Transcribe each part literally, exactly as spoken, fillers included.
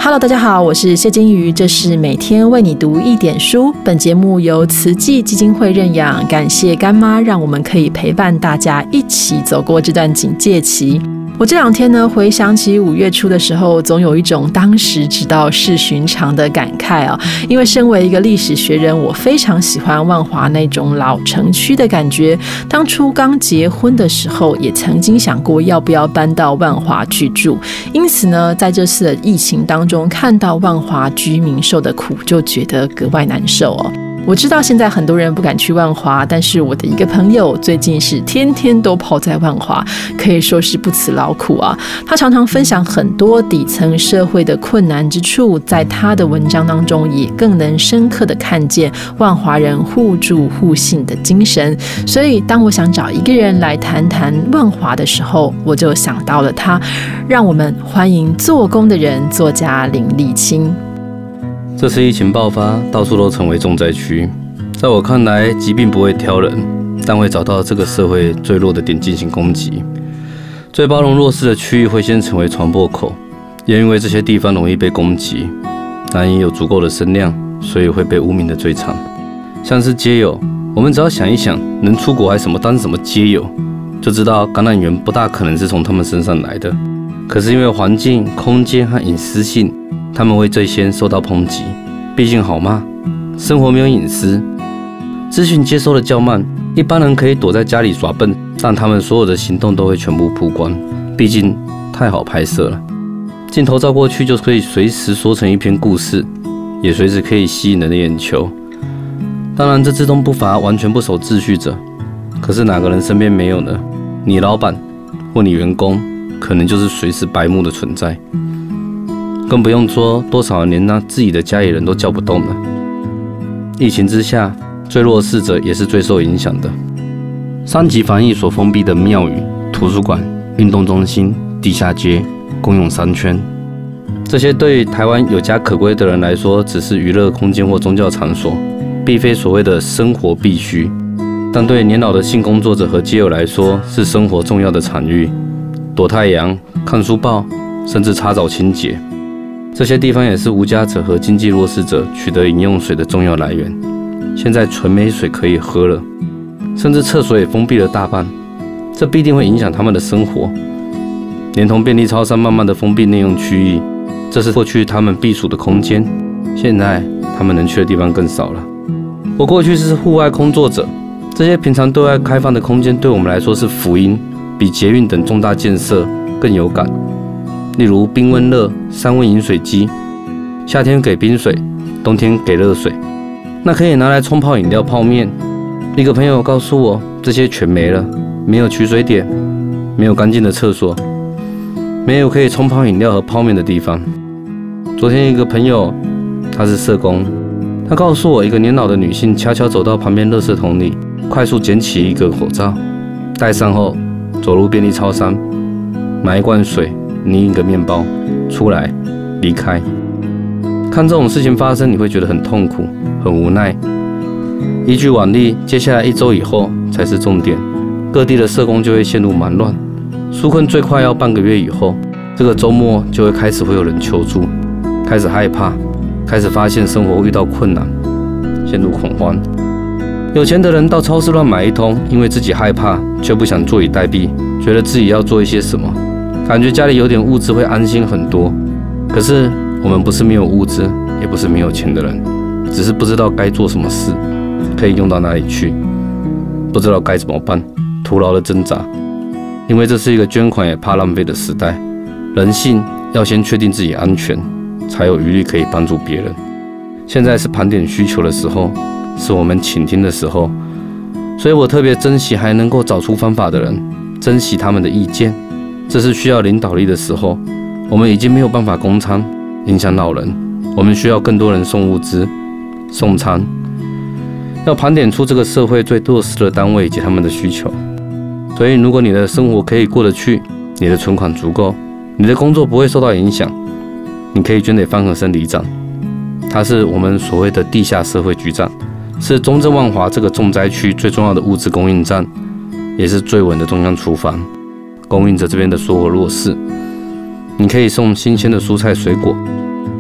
Hello， 大家好，我是谢金鱼，这是每天为你读一点书。本节目由慈济基金会认养，感谢干妈，让我们可以陪伴大家一起走过这段警戒期。我这两天呢，回想起五月初的时候，总有一种当时知道是寻常的感慨啊。因为身为一个历史学人，我非常喜欢万华那种老城区的感觉。当初刚结婚的时候，也曾经想过要不要搬到万华居住。因此呢，在这次的疫情当中，看到万华居民受的苦，就觉得格外难受哦。我知道现在很多人不敢去万华，但是我的一个朋友最近是天天都泡在万华，可以说是不辞劳苦啊。他常常分享很多底层社会的困难之处，在他的文章当中也更能深刻的看见万华人互助互信的精神。所以当我想找一个人来谈谈万华的时候，我就想到了他。让我们欢迎做工的人作家林立青。 这次疫情爆发，到处都成为重灾区。在我看来，疾病不会挑人，但会找到这个社会最弱的点进行攻击。最包容弱势的区域会先成为传播口，也因为这些地方容易被攻击，难以有足够的声量，所以会被污名的最长。像是街友，我们只要想一想，能出国还什么当什么街友，就知道感染源不大可能是从他们身上来的。可是因为环境、空间和隐私性，他们会最先受到抨击。毕竟好吗？生活没有隐私，资讯接收的较慢，一般人可以躲在家里耍笨，但他们所有的行动都会全部曝光。毕竟太好拍摄了，镜头照过去就可以随时说成一篇故事，也随时可以吸引人的眼球。当然，这之中不乏完全不守秩序者。可是哪个人身边没有呢？你老板或你员工，可能就是随时白目的存在。更不用说多少人连他自己的家里人都叫不动了。疫情之下，最弱势者也是最受影响的。三级防疫所封闭的庙宇、图书馆、运动中心、地下街、公用商圈，这些对于台湾有家可归的人来说，只是娱乐空间或宗教场所，并非所谓的生活必须。但对年老的性工作者和街友来说，是生活重要的场域，躲太阳、看书报，甚至擦澡清洁。这些地方也是无家者和经济弱势者取得饮用水的重要来源。现在纯没水可以喝了，甚至厕所也封闭了大半，这必定会影响他们的生活。连同便利超商慢慢的封闭内用区域，这是过去他们避暑的空间，现在他们能去的地方更少了。我过去是户外工作者，这些平常对外开放的空间对我们来说是福音，比捷运等重大建设更有感。例如冰温热、三温饮水机，夏天给冰水，冬天给热水，那可以拿来冲泡饮料、泡面。一个朋友告诉我，这些全没了，没有取水点，没有干净的厕所，没有可以冲泡饮料和泡面的地方。昨天一个朋友，他是社工，他告诉我，一个年老的女性悄悄走到旁边垃圾桶里，快速捡起一个口罩，戴上后走入便利超商，买一罐水，捏一个面包，出来离开。看这种事情发生，你会觉得很痛苦、很无奈。依据往例，接下来一周以后才是重点，各地的社工就会陷入忙乱。纾困最快要半个月以后，这个周末就会开始会有人求助，开始害怕，开始发现生活遇到困难，陷入恐慌。有钱的人到超市乱买一通，因为自己害怕，却不想坐以待毙，觉得自己要做一些什么。感觉家里有点物资会安心很多，可是我们不是没有物资，也不是没有钱的人，只是不知道该做什么事，可以用到哪里去，不知道该怎么办，徒劳的挣扎。因为这是一个捐款也怕浪费的时代，人性要先确定自己安全，才有余力可以帮助别人。现在是盘点需求的时候，是我们倾听的时候，所以我特别珍惜还能够找出方法的人，珍惜他们的意见。这是需要领导力的时候，我们已经没有办法供餐，影响老人，我们需要更多人送物资、送餐，要盘点出这个社会最弱势的单位以及他们的需求。所以，如果你的生活可以过得去，你的存款足够，你的工作不会受到影响，你可以捐给方和生里长，他是我们所谓的地下社会局长，是中正万华这个重灾区最重要的物资供应站，也是最稳的中央厨房。供应着这边的所有弱势，你可以送新鲜的蔬菜水果，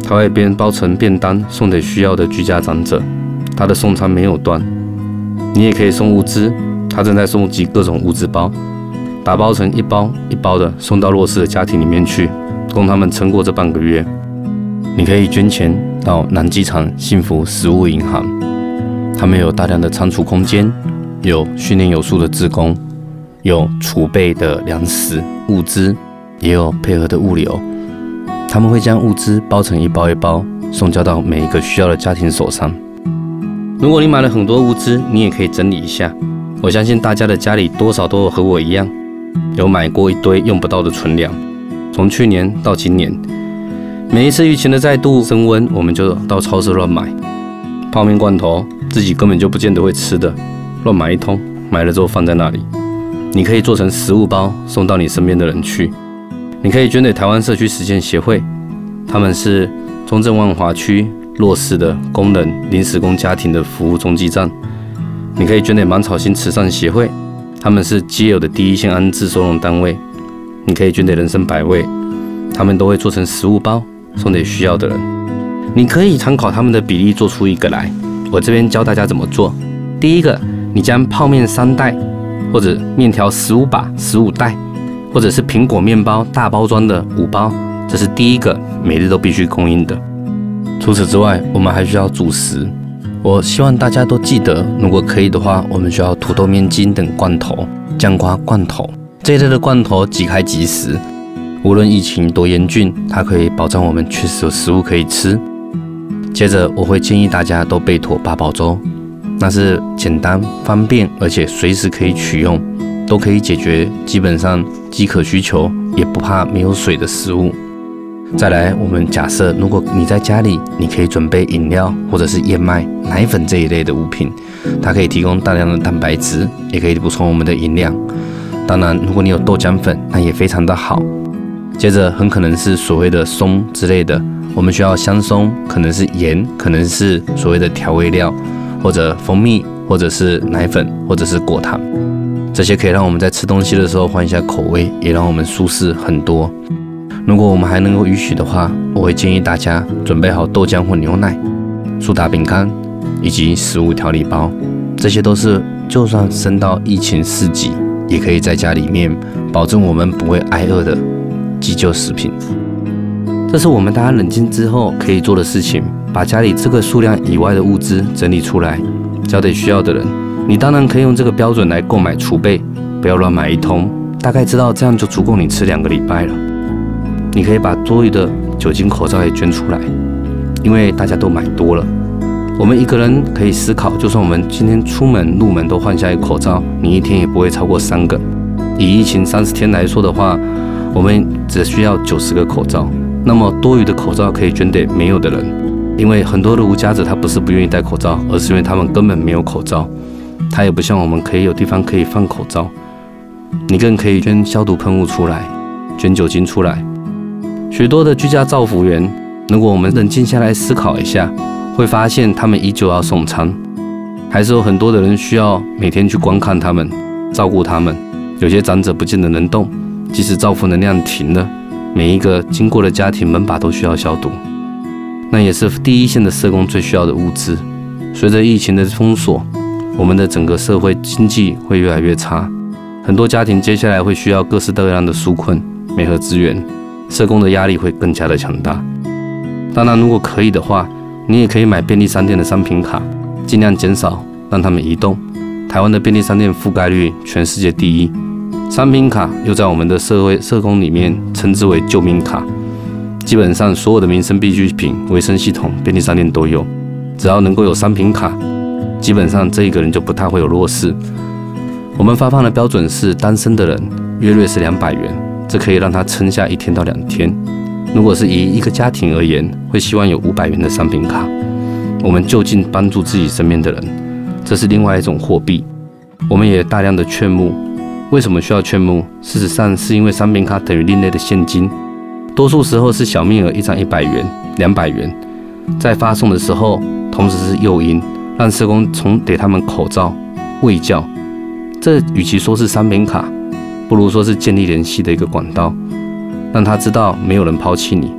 他会边包成便当送给需要的居家长者，他的送餐没有断。你也可以送物资，他正在收集各种物资包，打包成一包一包的送到弱势的家庭里面去，供他们撑过这半个月。你可以捐钱到南机场幸福食物银行，他们有大量的仓储空间，有训练有素的志工，有储备的粮食物资，也有配合的物流。他们会将物资包成一包一包，送交到每一个需要的家庭手上。如果你买了很多物资，你也可以整理一下。我相信大家的家里多少都有和我一样，有买过一堆用不到的存粮。从去年到今年，每一次疫情的再度升温，我们就到超市乱买泡面罐头，自己根本就不见得会吃的，乱买一通，买了之后放在那里。你可以做成食物包，送到你身边的人去。你可以捐给台湾社区实践协会，他们是中正万华区弱势的工人临时工家庭的服务中继站。你可以捐给芒草心慈善协会，他们是街友的第一线安置收容单位。你可以捐给人生百味，他们都会做成食物包送给需要的人。你可以参考他们的比例做出一个来，我这边教大家怎么做。第一个，你将泡面三袋，或者面条十五把十五袋，或者是苹果面包大包装的五包，这是第一个每日都必须供应的。除此之外，我们还需要主食。我希望大家都记得，如果可以的话，我们需要土豆面筋等罐头、酱瓜罐头这一类的罐头，即开即食。无论疫情多严峻，它可以保障我们确实有食物可以吃。接着，我会建议大家都备妥八宝粥，那是简单方便，而且随时可以取用，都可以解决基本上饥渴需求，也不怕没有水的食物。再来，我们假设如果你在家里，你可以准备饮料或者是燕麦、奶粉这一类的物品，它可以提供大量的蛋白质，也可以补充我们的营养。当然，如果你有豆浆粉，那也非常的好。接着，很可能是所谓的松之类的，我们需要香松，可能是盐，可能是所谓的调味料，或者蜂蜜，或者是奶粉，或者是果糖。这些可以让我们在吃东西的时候换一下口味，也让我们舒适很多。如果我们还能够允许的话，我会建议大家准备好豆浆或牛奶、苏打饼干以及食物调理包，这些都是就算升到疫情四级，也可以在家里面保证我们不会挨饿的急救食品。这是我们大家冷静之后可以做的事情，把家里这个数量以外的物资整理出来，交给需要的人。你当然可以用这个标准来购买储备，不要乱买一通，大概知道这样就足够你吃两个礼拜了。你可以把多余的酒精口罩也捐出来，因为大家都买多了。我们一个人可以思考，就算我们今天出门入门都换下一个口罩，你一天也不会超过三个。以疫情三十天来说的话，我们只需要九十个口罩。那么多余的口罩可以捐给没有的人，因为很多的无家者他不是不愿意戴口罩，而是因为他们根本没有口罩。他也不像我们可以有地方可以放口罩。你更可以捐消毒喷雾出来，捐酒精出来。许多的居家照服员，如果我们冷静下来思考一下，会发现他们依旧要送餐，还是有很多的人需要每天去观看他们，照顾他们。有些长者不见得能动，即使照服能量停了，每一个经过的家庭门把都需要消毒，那也是第一线的社工最需要的物资。随着疫情的封锁，我们的整个社会经济会越来越差，很多家庭接下来会需要各式各样的纾困、媒合资源，社工的压力会更加的强大。当然，如果可以的话，你也可以买便利商店的商品卡，尽量减少让他们移动。台湾的便利商店覆盖率全世界第一，商品卡又在我们的社会社工里面称之为救命卡。基本上所有的民生必需品、卫生系统、便利商店都有，只要能够有商品卡，基本上这一个人就不太会有弱势。我们发放的标准是单身的人约略是两百元，这可以让他撑下一天到两天。如果是以一个家庭而言，会希望有五百元的商品卡。我们就近帮助自己身边的人，这是另外一种货币。我们也大量的劝募。为什么需要劝募？事实上是因为商品卡等于另类的现金，多数时候是小面额，一张一百元、两百元。在发送的时候，同时是诱因，让社工从给他们口罩、卫教。这与其说是商品卡，不如说是建立联系的一个管道，让他知道没有人抛弃你，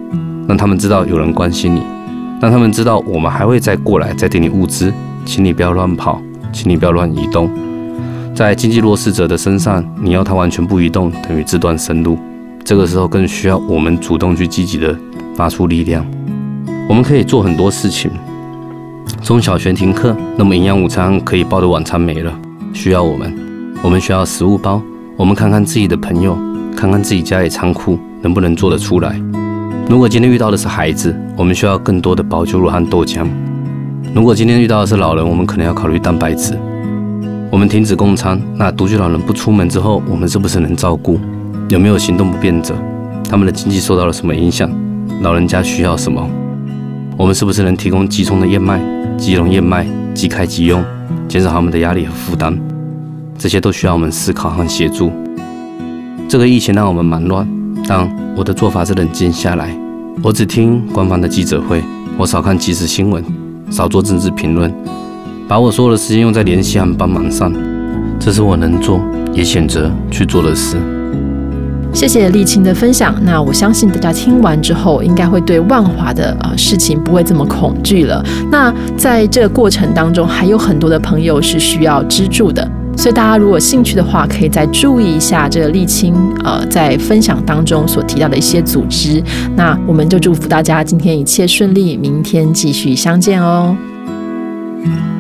让他们知道有人关心你，让他们知道我们还会再过来再给你物资，请你不要乱跑，请你不要乱移动。在经济弱势者的身上，你要他完全不移动，等于自断生路。这个时候更需要我们主动去积极的发出力量。我们可以做很多事情，中小学停课，那么营养午餐可以包的晚餐没了，需要我们，我们需要食物包。我们看看自己的朋友，看看自己家里仓库能不能做得出来。如果今天遇到的是孩子，我们需要更多的保久乳和豆浆。如果今天遇到的是老人，我们可能要考虑蛋白质。我们停止供餐，那独居老人不出门之后，我们是不是能照顾？有没有行动不便者？他们的经济受到了什么影响？老人家需要什么？我们是不是能提供即冲的燕麦、即溶燕麦，即开即用，减少他们的压力和负担？这些都需要我们思考和协助。这个疫情让我们蛮乱，但我的做法是冷静下来，我只听官方的记者会，我少看即时新闻，少做政治评论，把我所有的时间用在联系和帮忙上，这是我能做也选择去做的事。 谢谢立青的分享。那我相信大家听完之后，应该会对万华的、呃、事情不会这么恐惧了。那在这个过程当中，还有很多的朋友是需要资助的，所以大家如果有兴趣的话，可以再注意一下这个立青呃在分享当中所提到的一些组织。那我们就祝福大家今天一切顺利，明天继续相见哦。